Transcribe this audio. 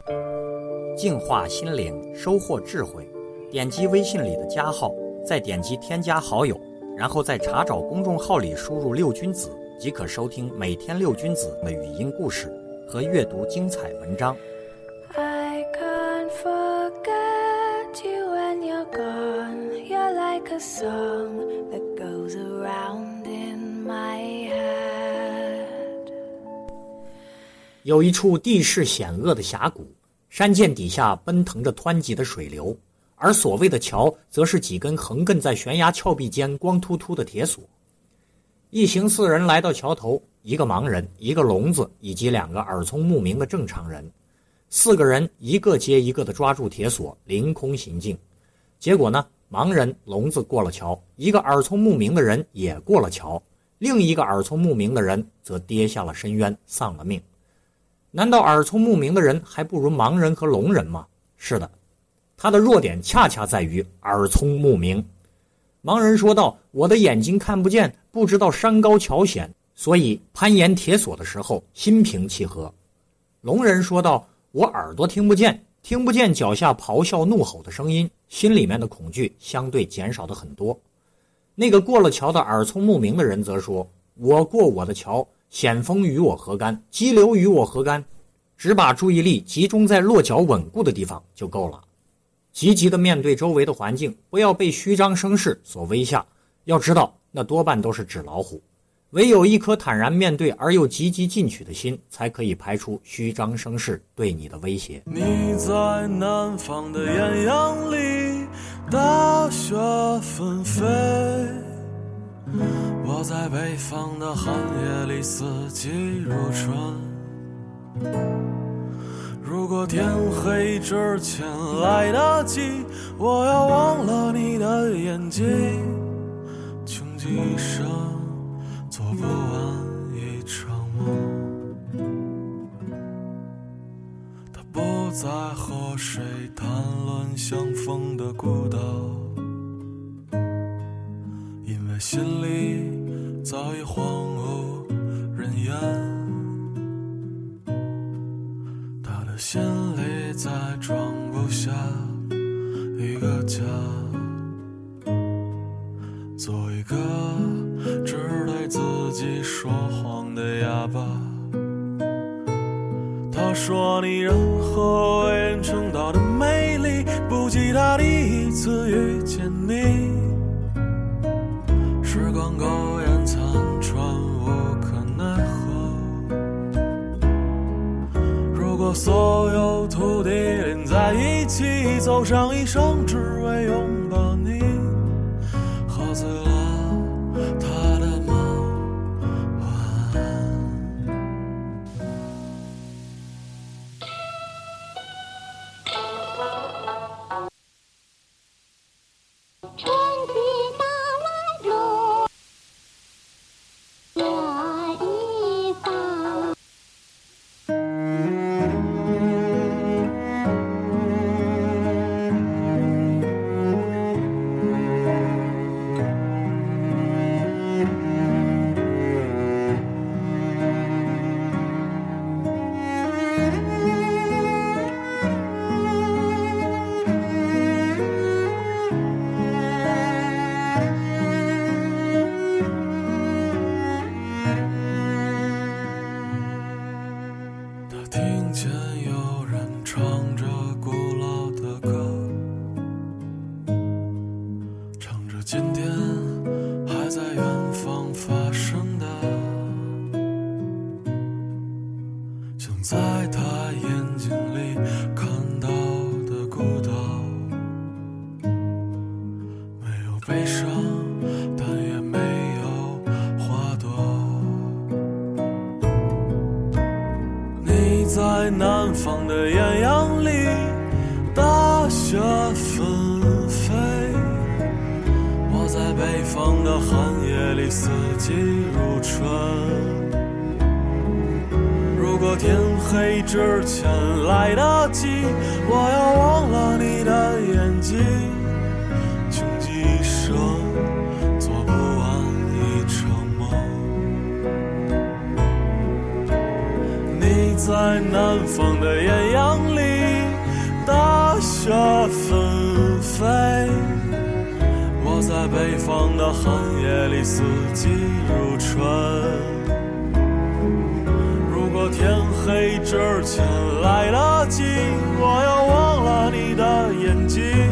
净化心灵，收获智慧。点击微信里的加号，再点击添加好友，然后在查找公众号里输入六君子，即可收听每天六君子的语音故事和阅读精彩文章。 I can't forget you when you're gone. You're like a song that goes around in my head. 有一处地势险恶的峡谷，山涧底下奔腾着湍急的水流，而所谓的桥则是几根横亘在悬崖峭壁间光秃秃的铁索。一行四人来到桥头，一个盲人，一个聋子，以及两个耳聪目明的正常人。四个人一个接一个地抓住铁索，凌空行进。结果呢，盲人、聋子过了桥，一个耳聪目明的人也过了桥，另一个耳聪目明的人则跌下了深渊，丧了命。难道耳聪目明的人还不如盲人和聋人吗？是的，他的弱点恰恰在于耳聪目明。盲人说道：我的眼睛看不见，不知道山高桥险，所以攀岩铁索的时候心平气和。聋人说道：我耳朵听不见脚下咆哮怒吼的声音，心里面的恐惧相对减少的很多。那个过了桥的耳聪目明的人则说：我过我的桥，险峰与我何干，激流与我何干，只把注意力集中在落脚稳固的地方就够了。积极地面对周围的环境，不要被虚张声势所威吓，要知道那多半都是纸老虎。唯有一颗坦然面对而又积极进取的心，才可以排除虚张声势对你的威胁。 你在南方的艳阳里，大雪纷飞，我在北方的寒夜里，四季如春。如果天黑之前来得及，我要忘了你的眼睛，穷极一生做不完一场梦。他不再和谁谈论相逢的孤岛，因为心里早已荒无人烟。他的心里再装不下一个家，做一个只对自己说谎的哑巴。他说你任何为人称道的美丽，不及他第一次遇见你。时光苟延残喘，无可奈何。如果所有土地连在一起，走上一生只为拥抱你，喝醉了他的梦，晚安。 春去到来如热一方。 听见有人唱着古老的歌，唱着今天还在远方发生的，像在他眼睛里看到的孤岛，没有悲伤，但也没有花朵。你在南方的艳阳里，大雪纷飞，我在北方的寒夜里，四季如春。如果天黑之前来得及，我要忘了你的眼睛，穷极一生做不完一场梦。你在南方的艳阳里， 雪纷飞，我在北方的寒夜里四季如春。如果天黑之前来得及，我要忘了你的眼睛。